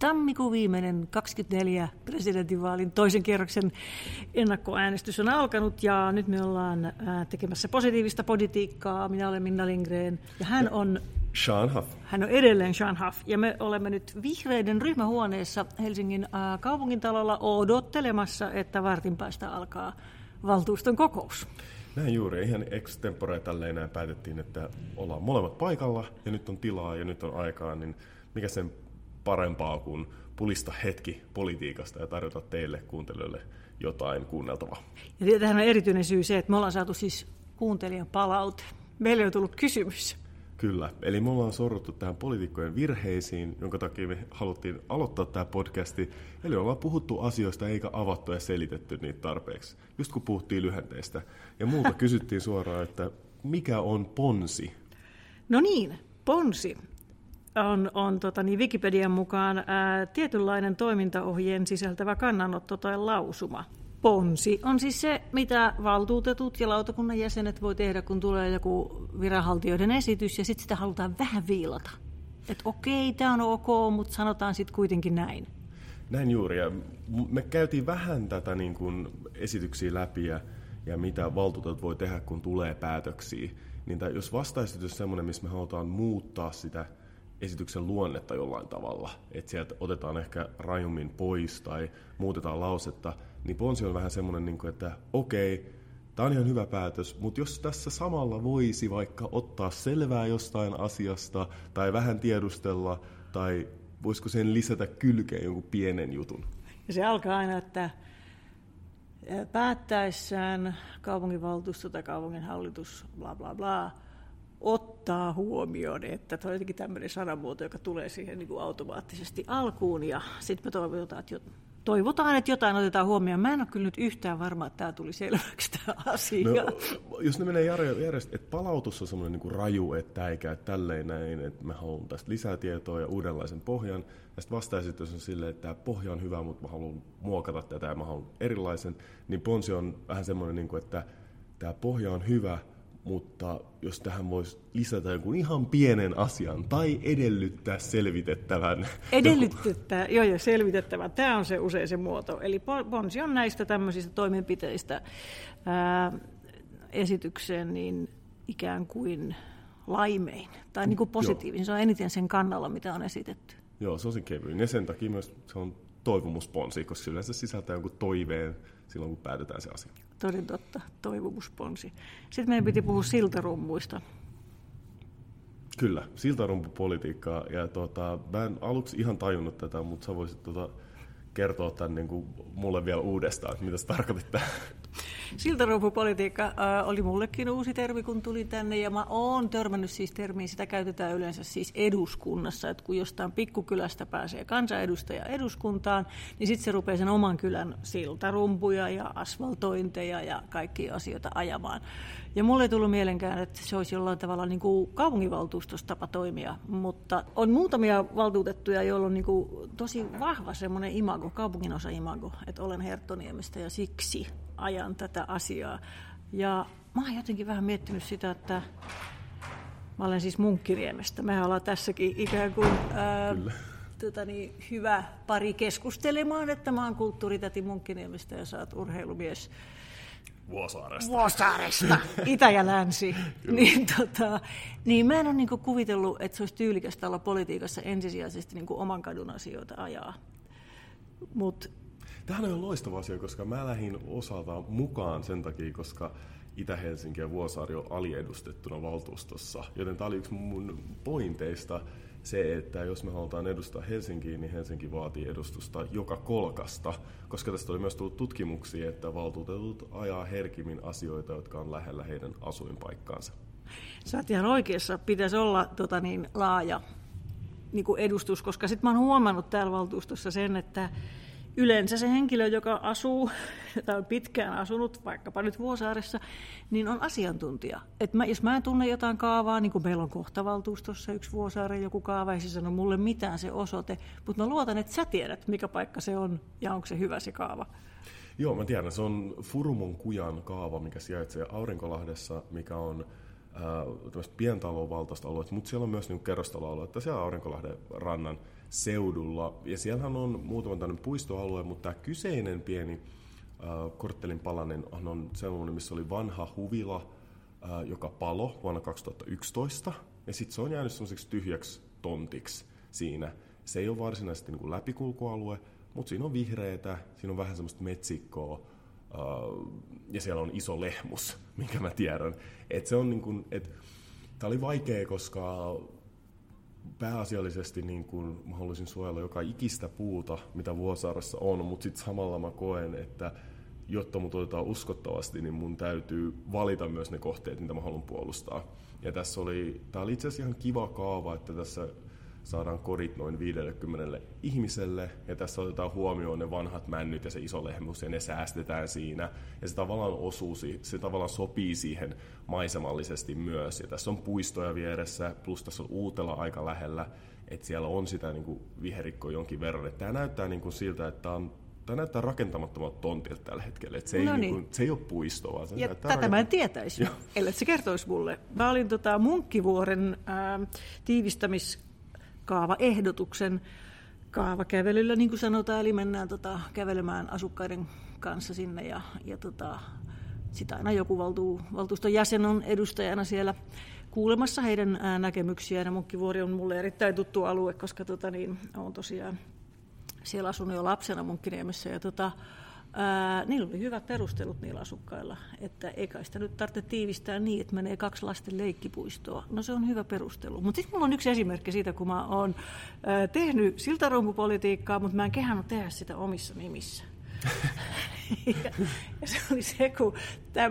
Tammikuun viimeinen 24 presidentinvaalin toisen kierroksen ennakkoäänestys on alkanut ja nyt me ollaan tekemässä positiivista politiikkaa. Minä olen Minna Lindgren ja hän on Sean Huff. Hän on edelleen Sean Huff ja me olemme nyt vihreiden ryhmähuoneessa Helsingin kaupungintalolla odottelemassa, että vartin päästä alkaa valtuuston kokous. Näin juuri, ihan extempore tälleen näin päätettiin, että ollaan molemmat paikalla ja nyt on tilaa ja nyt on aikaa, niin mikä sen parempaa kuin pulista hetki politiikasta ja tarjota teille kuuntelijoille jotain kuunneltavaa. Ja tähän on erityinen syy se, että me ollaan saatu siis kuuntelijan palaute. Meille on tullut kysymys. Kyllä, eli me ollaan sorruttu tähän poliitikkojen virheisiin, jonka takia me haluttiin aloittaa tämä podcasti. Eli ollaan puhuttu asioista eikä avattu ja selitetty niitä tarpeeksi, just kun puhuttiin lyhenteistä. Ja muuta kysyttiin suoraan, että mikä on ponsi? No niin, ponsi on Wikipedian mukaan tietynlainen toimintaohjeen sisältävä kannanotto tai lausuma. Ponsi on siis se, mitä valtuutetut ja lautakunnan jäsenet voi tehdä, kun tulee joku viranhaltijoiden esitys, ja sitten sitä halutaan vähän viilata. Että okei, tämä on ok, mutta sanotaan sitten kuitenkin näin. Näin juuri, ja me käytiin vähän tätä niin kuin esityksiä läpi, ja mitä valtuutetut voi tehdä, kun tulee päätöksiä. Niin jos vastaesitys on semmoinen, missä me halutaan muuttaa sitä esityksen luonnetta jollain tavalla, että sieltä otetaan ehkä rajummin pois tai muutetaan lausetta, niin ponsi on vähän semmoinen, että okei, tämä on ihan hyvä päätös, mutta jos tässä samalla voisi vaikka ottaa selvää jostain asiasta tai vähän tiedustella, tai voisiko sen lisätä kylkeen jonkun pienen jutun? Ja se alkaa aina, että päättäessään kaupunginvaltuusto tai kaupunginhallitus, bla bla bla, ottaa huomioon, että tuo on jotenkin tämmöinen sanamuoto, joka tulee siihen niin kuin automaattisesti alkuun, ja sitten me toivotaan, että jotain otetaan huomioon. Mä en ole kyllä nyt yhtään varma, että tämä tuli selväksi tämä asia. No, jos ne menee järjestelmään, että palautus on semmoinen niin kuin raju, että tämä ei käy tälleen näin, että mä haluan tästä lisää tietoa ja uudenlaisen pohjan, ja sitten vastaesitys on silleen, että tämä pohja on hyvä, mutta mä haluan muokata tätä ja mä haluan erilaisen, niin ponsi on vähän semmoinen, niin kuin, että tämä pohja on hyvä, mutta jos tähän voisi lisätä jonkun ihan pienen asian tai edellyttää selvitettävän. Edellyttää, joo, selvitettävän. Tämä on se usein se muoto. Eli ponsi on näistä tämmöisistä toimenpiteistä esitykseen niin ikään kuin laimein tai niin kuin positiivinen. Se on eniten sen kannalla, mitä on esitetty. Joo, se on se kevyin. Ja sen takia myös se on toivomusponsi, koska yleensä sisältää jonkun toiveen silloin, kun päätetään se asia. Toden totta, toivomusponsi. Sitten meidän piti puhua siltarummuista. Kyllä, siltarumpupolitiikkaa. Ja mä en aluksi ihan tajunnut tätä, mutta sä voisit kertoa tämän niin kuin mulle vielä uudestaan, että mitä sä tarkoitit tähän. Siltarumpupolitiikka oli mullekin uusi termi, kun tulin tänne, ja mä oon törmännyt siis termiin, sitä käytetään yleensä siis eduskunnassa, että kun jostain pikkukylästä pääsee kansanedustaja eduskuntaan, niin sitten se rupeaa sen oman kylän siltarumpuja ja asfaltointeja ja kaikkia asioita ajamaan. Ja mulle ei tullut mielenkään, että se olisi jollain tavalla niin kuin kaupunginvaltuustossa tapa toimia, mutta on muutamia valtuutettuja, joilla on niin kuin tosi vahva semmoinen imago, kaupunginosa-imago, että olen Herttoniemestä ja siksi ajan tätä asiaa. Ja mä oon jotenkin vähän miettinyt sitä, että mä olen siis Munkkiniemestä. Mehän ollaan tässäkin ikään kuin hyvä pari keskustelemaan, että mä oon kulttuuritäti Munkkiniemestä ja sä oot urheilumies Vuosaaresta, Itä ja Länsi. Niin mä en ole niinku kuvitellut, että se olisi tyylikästä olla politiikassa ensisijaisesti niinku oman kadun asioita ajaa. Tämähän on loistava asia, koska mä lähdin osalta mukaan sen takia, koska Itä-Helsinki ja Vuosaari on aliedustettuna valtuustossa. Joten tämä oli yksi mun pointeista se, että jos me halutaan edustaa Helsinkiin, niin Helsinki vaatii edustusta joka kolkasta, koska tästä oli myös tullut tutkimuksia, että valtuutetut ajaa herkimmin asioita, jotka on lähellä heidän asuinpaikkaansa. Sä oot ihan oikeassa, pitäisi olla laaja niin kuin edustus, koska sitten mä oon huomannut täällä valtuustossa sen, että yleensä se henkilö, joka asuu tai on pitkään asunut, vaikkapa nyt Vuosaaressa, niin on asiantuntija. Jos mä en tunne jotain kaavaa, niin kuin meillä on kohta valtuustossa yksi Vuosaaren joku kaava, ei se sano mulle mitään se osoite, mutta mä luotan, että sä tiedät, mikä paikka se on ja onko se hyvä se kaava. Joo, mä tiedän. Se on Furumon kujan kaava, mikä sijaitsee Aurinkolahdessa, mikä on tämmöistä pientalovaltaista aluetta, mutta siellä on myös kerrostaloaluetta siellä Aurinkolahden rannan seudulla. Ja siellähän on muutama tämmöinen puistoalue, mutta tämä kyseinen pieni korttelin palanen on sellainen, missä oli vanha huvila, joka palo vuonna 2011. Ja sitten se on jäänyt sellaiseksi tyhjäksi tontiksi siinä. Se ei ole varsinaisesti niin kuin läpikulkualue, mutta siinä on vihreätä, siinä on vähän semmoista metsikkoa, ja siellä on iso lehmus, minkä mä tiedän. Että se on niin kuin, tämä oli vaikea, koska pääasiallisesti niin kuin mä haluaisin suojella joka ikistä puuta, mitä Vuosaaressa on, mutta sitten samalla mä koen, että jotta mut otetaan uskottavasti, niin mun täytyy valita myös ne kohteet, mitä mä haluan puolustaa. Ja tämä oli itse asiassa ihan kiva kaava, että tässä saadaan kodit noin 50 ihmiselle, ja tässä otetaan huomioon ne vanhat männyt ja se iso lehmus, ja ne säästetään siinä. Ja se tavallaan se tavallaan sopii siihen maisemallisesti myös. Ja tässä on puistoja vieressä, plus tässä on Uutela aika lähellä, että siellä on sitä niin kuin viherikkoa jonkin verran. Tämä näyttää niin kuin siltä, että tämä näyttää rakentamattomalta tontilta tällä hetkellä. Että se, ei, niin kuin, se ei ole puisto, vaan se ja tätä mä en tietäisi, ellei se kertoisi mulle. Mä olin Munkkivuoren tiivistämiskaavaehdotuksen kaavakävelyllä, niin kuin sanotaan, eli mennään kävelemään asukkaiden kanssa sinne ja sitä aina joku valtuuston jäsen on edustajana siellä kuulemassa heidän näkemyksiään. Ja Munkkivuori on mulle erittäin tuttu alue, koska olen tosiaan siellä asunut jo lapsena Munkkiniemessä ja niillä oli hyvät perustelut niillä asukkailla, että ei kai sitä nyt tarvitse tiivistää niin, että menee 2 lasten leikkipuistoa. No se on hyvä perustelu. Mutta sitten mulla on yksi esimerkki siitä, kun mä oon tehnyt siltarumpupolitiikkaa, mutta mä en kehannut tehdä sitä omissa nimissä. ja se oli se, kun tämä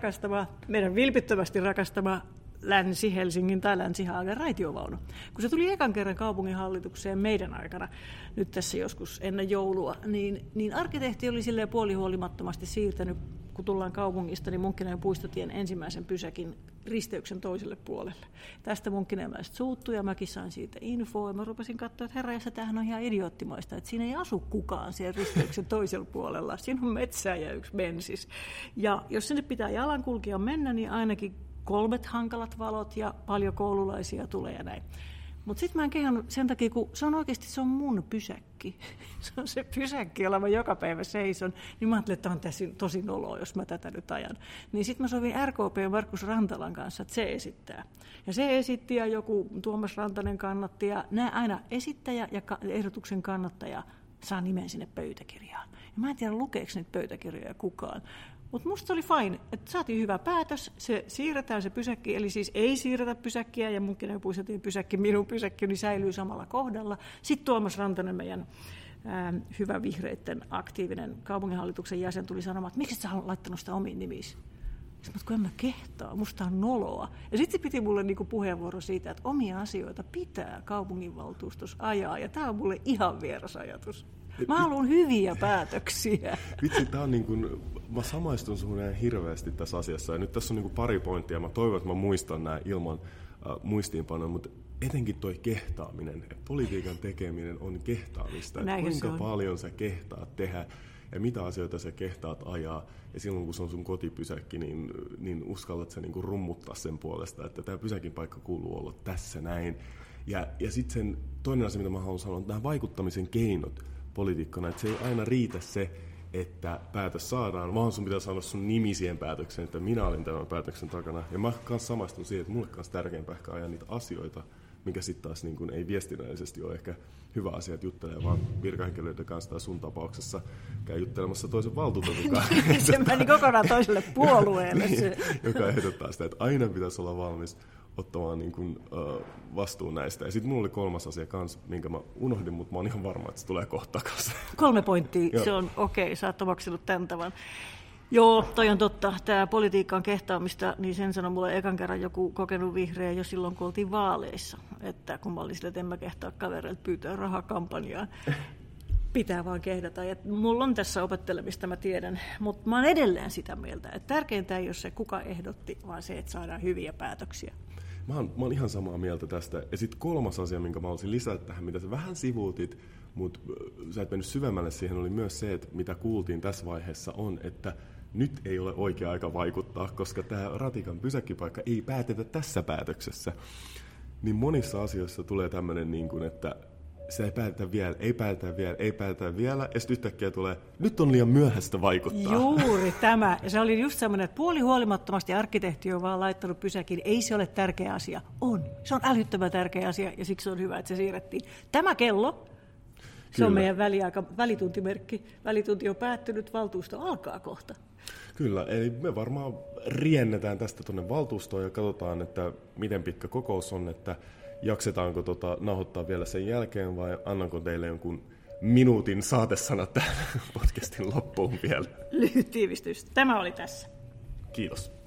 meidän vilpittömästi rakastama Länsi-Helsingin tai Länsi-Haagan raitiovaunu. Kun se tuli ekan kerran kaupunginhallitukseen meidän aikana, nyt tässä joskus ennen joulua, niin arkkitehti oli silleen puolihuolimattomasti siirtänyt, kun tullaan kaupungista, niin Munkkiniemen puistotien ensimmäisen pysäkin risteyksen toiselle puolelle. Tästä munkkiniemeläiset suuttui ja mäkin sain siitä infoa. Mä rupesin katsoa, että herranjestas, tämähän on ihan idioottimaista, että siinä ei asu kukaan siellä risteyksen toisella puolella. Siinä on metsää ja yksi bensis. Ja jos sinne pitää jalankulkija mennä, niin ainakin 3 hankalat valot ja paljon koululaisia tulee ja näin. Mutta sitten mä en kehannut sen takia, kun se on mun pysäkki. Se on se pysäkki, jolla mä joka päivä seison. Niin mä ajattelin, että on tosi noloa, jos mä tätä nyt ajan. Niin sitten mä sovin RKP Markus Rantalan kanssa, että se esittää. Ja se esitti ja joku Tuomas Rantanen kannatti. Ja nämä aina esittäjä ja ehdotuksen kannattaja saa nimen sinne pöytäkirjaan. Ja mä en tiedä, lukeeko niitä pöytäkirjoja kukaan. Mutta musta oli fine, että saatiin hyvä päätös, se siirretään se pysäkki, eli siis ei siirretä pysäkkiä ja Munkkiniemen puistotien pysäkki, minun pysäkki, niin säilyy samalla kohdalla. Sitten Tuomas Rantanen, meidän hyvä vihreitten aktiivinen kaupunginhallituksen jäsen, tuli sanomaan, että miksi et sä olet laittanut sitä omiin nimiin? Mutta kun en mä kehtaa, musta on noloa. Ja sitten se piti mulle niinku puheenvuoro siitä, että omia asioita pitää kaupunginvaltuustossa ajaa, ja tämä on mulle ihan vieras ajatus. Mä haluan hyviä päätöksiä. Vitsi, tää on niin kuin, mä samaistun sun hirveästi tässä asiassa, ja nyt tässä on niin kuin pari pointtia, mä toivon, että mä muistan nämä ilman muistiinpanoja, mutta etenkin toi kehtaaminen, politiikan tekeminen on kehtaamista, että kuinka paljon sä kehtaat tehdä, ja mitä asioita sä kehtaat ajaa, ja silloin kun se on sun kotipysäkki, niin uskallat sä niin kuin rummuttaa sen puolesta, että tämä pysäkin paikka kuuluu olla tässä näin. Ja sitten sen toinen asia, mitä mä haluan sanoa, on nämä vaikuttamisen keinot poliitikkona, että se ei aina riitä se, että päätös saadaan, vaan sun pitää sanoa sun nimi siihen päätökseen, että minä olin tämän päätöksen takana. Ja mä kanssa samaistun siihen, että mulle kanssa tärkeämpää ehkä ajaa niitä asioita, mikä sitten taas niin kun ei viestinnällisesti ole ehkä hyvä asia, että juttelee vaan virkahenkilöiden kanssa tai sun tapauksessa käy juttelemassa toisen valtuutetun kanssa. Se meni kokonaan toiselle puolueelle. Niin, joka ehdottaa sitä, että aina pitäisi olla valmis ottamaan niin kuin, vastuun näistä. Ja sitten mulla oli 3. asia kanssa, minkä mä unohdin, mutta mä oon ihan varma, että se tulee kohta takaisin. 3 pointtia, se on okei, sä oot maksanut tämän tavan. Joo, toi on totta. Tämä politiikka on kehtaamista, niin sen sanoi mulle ekan kerran joku kokenut vihreä jo silloin, kun oltiin vaaleissa. Että kun mä olin sille, että en mä kehtaa kavereilta pyytää rahaa kampanjaan. Pitää vaan kehdata. Ja mulla on tässä opettelemista, mä tiedän, mutta mä oon edelleen sitä mieltä, että tärkeintä ei ole se, kuka ehdotti, vaan se, että saadaan hyviä päätöksiä. Mä oon ihan samaa mieltä tästä. Ja sitten 3. asia, minkä mä haluaisin lisätä tähän, mitä sä vähän sivuutit, mutta sä et mennyt syvemmälle siihen, oli myös se, että mitä kuultiin tässä vaiheessa on, että nyt ei ole oikea aika vaikuttaa, koska tämä ratikan pysäkkipaikka ei päätetä tässä päätöksessä. Niin monissa asioissa tulee tämmöinen, niin kuin, että sitä ei päätetä vielä, ja sitten yhtäkkiä tulee, nyt on liian myöhäistä vaikuttaa. Juuri tämä. Ja se oli just semmoinen, että puolihuolimattomasti arkkitehti on vaan laittanut pysäkin. Ei se ole tärkeä asia. On. Se on älyttömän tärkeä asia, ja siksi on hyvä, että se siirrettiin. Tämä kello, se on meidän välituntimerkki. Välitunti on päättynyt, valtuusto alkaa kohta. Kyllä, eli me varmaan riennetään tästä tuonne valtuustoon ja katsotaan, että miten pitkä kokous on, että jaksetaanko nauhoittaa vielä sen jälkeen vai annanko teille jonkun minuutin saatesana tähän podcastin loppuun vielä. Lyhyt tiivistys. Tämä oli tässä. Kiitos.